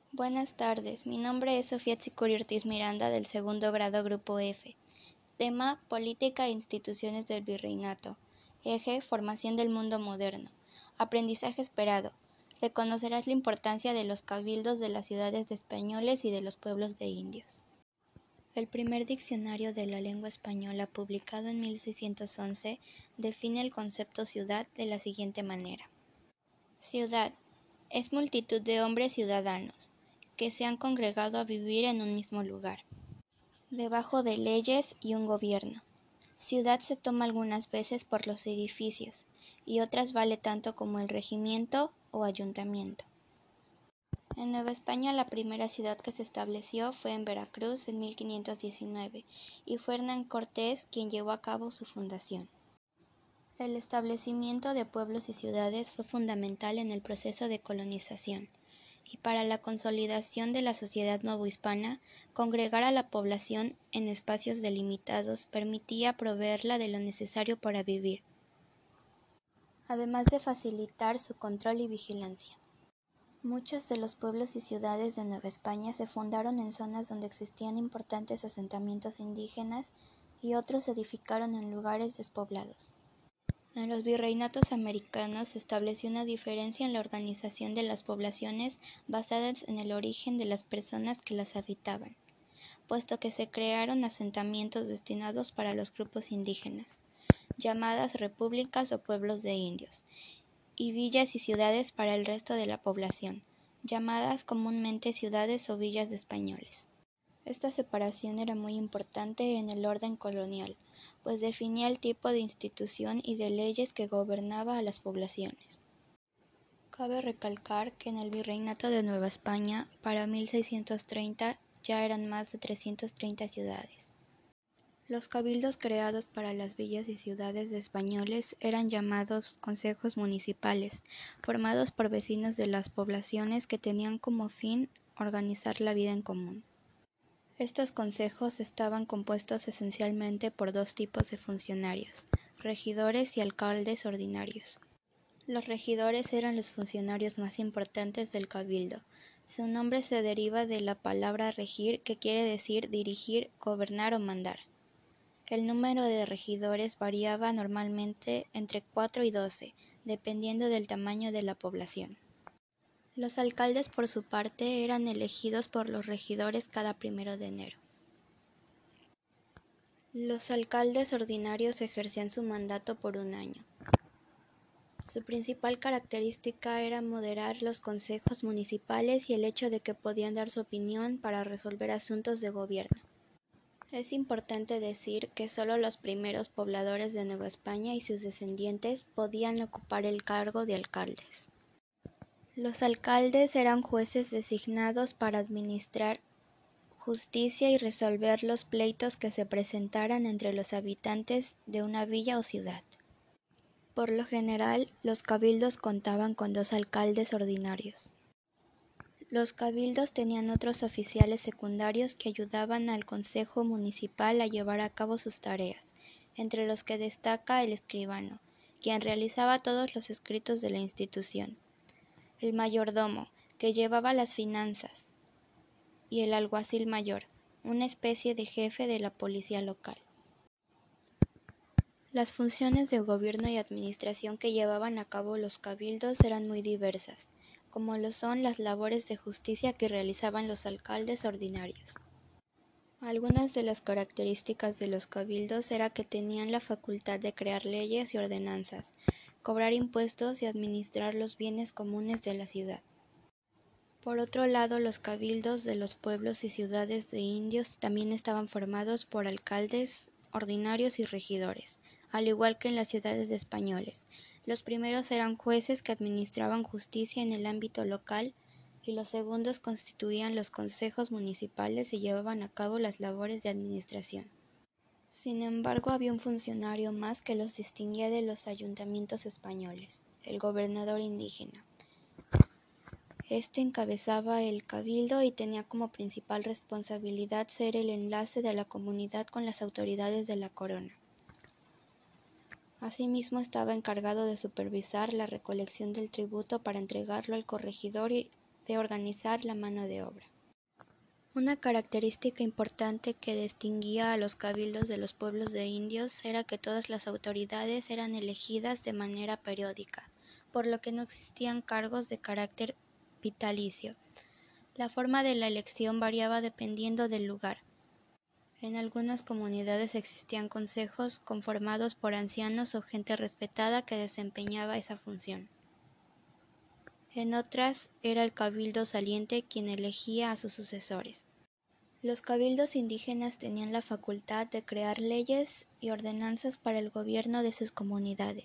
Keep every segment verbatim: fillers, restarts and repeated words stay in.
Buenas tardes, mi nombre es Sofía Tzicuri Ortiz Miranda del segundo grado Grupo F. Tema: Política e instituciones del Virreinato. Eje: Formación del mundo moderno. Aprendizaje esperado. Reconocerás la importancia de los cabildos de las ciudades de españoles y de los pueblos de indios. El primer diccionario de la lengua española, publicado en mil seiscientos once, define el concepto ciudad de la siguiente manera. Ciudad es multitud de hombres ciudadanos que se han congregado a vivir en un mismo lugar, debajo de leyes y un gobierno. Ciudad se toma algunas veces por los edificios y otras vale tanto como el regimiento o ayuntamiento. En Nueva España la primera ciudad que se estableció fue en Veracruz en mil quinientos diecinueve y fue Hernán Cortés quien llevó a cabo su fundación. El establecimiento de pueblos y ciudades fue fundamental en el proceso de colonización, y para la consolidación de la sociedad novohispana, congregar a la población en espacios delimitados permitía proveerla de lo necesario para vivir, además de facilitar su control y vigilancia. Muchos de los pueblos y ciudades de Nueva España se fundaron en zonas donde existían importantes asentamientos indígenas y otros se edificaron en lugares despoblados. En los virreinatos americanos se estableció una diferencia en la organización de las poblaciones basadas en el origen de las personas que las habitaban, puesto que se crearon asentamientos destinados para los grupos indígenas, llamadas repúblicas o pueblos de indios, y villas y ciudades para el resto de la población, llamadas comúnmente ciudades o villas de españoles. Esta separación era muy importante en el orden colonial, pues definía el tipo de institución y de leyes que gobernaba a las poblaciones. Cabe recalcar que en el Virreinato de Nueva España, para mil seiscientos treinta, ya eran más de trescientas treinta ciudades. Los cabildos creados para las villas y ciudades de españoles eran llamados consejos municipales, formados por vecinos de las poblaciones que tenían como fin organizar la vida en común. Estos consejos estaban compuestos esencialmente por dos tipos de funcionarios, regidores y alcaldes ordinarios. Los regidores eran los funcionarios más importantes del cabildo. Su nombre se deriva de la palabra regir, que quiere decir dirigir, gobernar o mandar. El número de regidores variaba normalmente entre cuatro y doce, dependiendo del tamaño de la población. Los alcaldes, por su parte, eran elegidos por los regidores cada primero de enero. Los alcaldes ordinarios ejercían su mandato por un año. Su principal característica era moderar los consejos municipales y el hecho de que podían dar su opinión para resolver asuntos de gobierno. Es importante decir que solo los primeros pobladores de Nueva España y sus descendientes podían ocupar el cargo de alcaldes. Los alcaldes eran jueces designados para administrar justicia y resolver los pleitos que se presentaran entre los habitantes de una villa o ciudad. Por lo general, los cabildos contaban con dos alcaldes ordinarios. Los cabildos tenían otros oficiales secundarios que ayudaban al consejo municipal a llevar a cabo sus tareas, entre los que destaca el escribano, quien realizaba todos los escritos de la institución, el mayordomo, que llevaba las finanzas, y el alguacil mayor, una especie de jefe de la policía local. Las funciones de gobierno y administración que llevaban a cabo los cabildos eran muy diversas, como lo son las labores de justicia que realizaban los alcaldes ordinarios. Algunas de las características de los cabildos era que tenían la facultad de crear leyes y ordenanzas, cobrar impuestos y administrar los bienes comunes de la ciudad. Por otro lado, los cabildos de los pueblos y ciudades de indios también estaban formados por alcaldes ordinarios y regidores, al igual que en las ciudades de españoles. Los primeros eran jueces que administraban justicia en el ámbito local y los segundos constituían los consejos municipales y llevaban a cabo las labores de administración. Sin embargo, había un funcionario más que los distinguía de los ayuntamientos españoles, el gobernador indígena. Este encabezaba el cabildo y tenía como principal responsabilidad ser el enlace de la comunidad con las autoridades de la corona. Asimismo, estaba encargado de supervisar la recolección del tributo para entregarlo al corregidor y, de organizar la mano de obra. Una característica importante que distinguía a los cabildos de los pueblos de indios era que todas las autoridades eran elegidas de manera periódica, por lo que no existían cargos de carácter vitalicio. La forma de la elección variaba dependiendo del lugar. En algunas comunidades existían consejos conformados por ancianos o gente respetada que desempeñaba esa función. En otras era el cabildo saliente quien elegía a sus sucesores. Los cabildos indígenas tenían la facultad de crear leyes y ordenanzas para el gobierno de sus comunidades.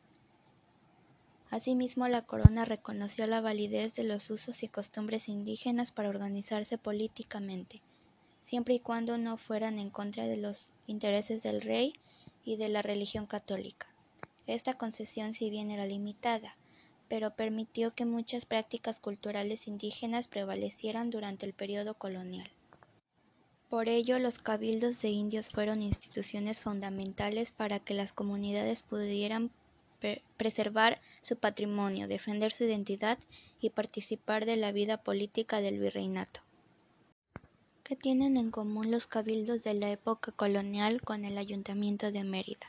Asimismo, la corona reconoció la validez de los usos y costumbres indígenas para organizarse políticamente, siempre y cuando no fueran en contra de los intereses del rey y de la religión católica. Esta concesión, si bien era limitada, pero permitió que muchas prácticas culturales indígenas prevalecieran durante el periodo colonial. Por ello, los cabildos de indios fueron instituciones fundamentales para que las comunidades pudieran pre- preservar su patrimonio, defender su identidad y participar de la vida política del virreinato. ¿Qué tienen en común los cabildos de la época colonial con el Ayuntamiento de Mérida?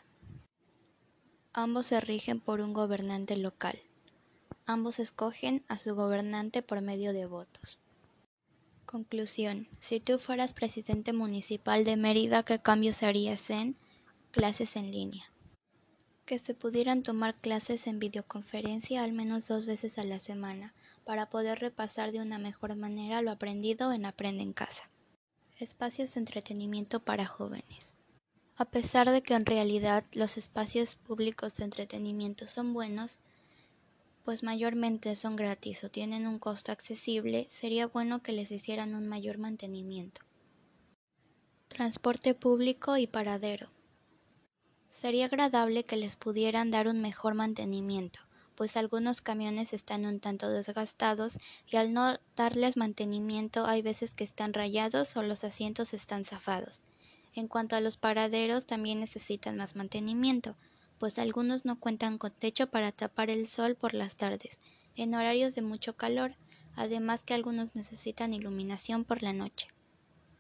Ambos se rigen por un gobernante local. Ambos escogen a su gobernante por medio de votos. Conclusión: si tú fueras presidente municipal de Mérida, ¿qué cambios harías en clases en línea? Que se pudieran tomar clases en videoconferencia al menos dos veces a la semana, para poder repasar de una mejor manera lo aprendido en Aprende en Casa. Espacios de entretenimiento para jóvenes. A pesar de que en realidad los espacios públicos de entretenimiento son buenos, pues mayormente son gratis o tienen un costo accesible, sería bueno que les hicieran un mayor mantenimiento. Transporte público y paradero. Sería agradable que les pudieran dar un mejor mantenimiento, pues algunos camiones están un tanto desgastados y al no darles mantenimiento hay veces que están rayados o los asientos están zafados. En cuanto a los paraderos, también necesitan más mantenimiento, pues algunos no cuentan con techo para tapar el sol por las tardes, en horarios de mucho calor, además que algunos necesitan iluminación por la noche.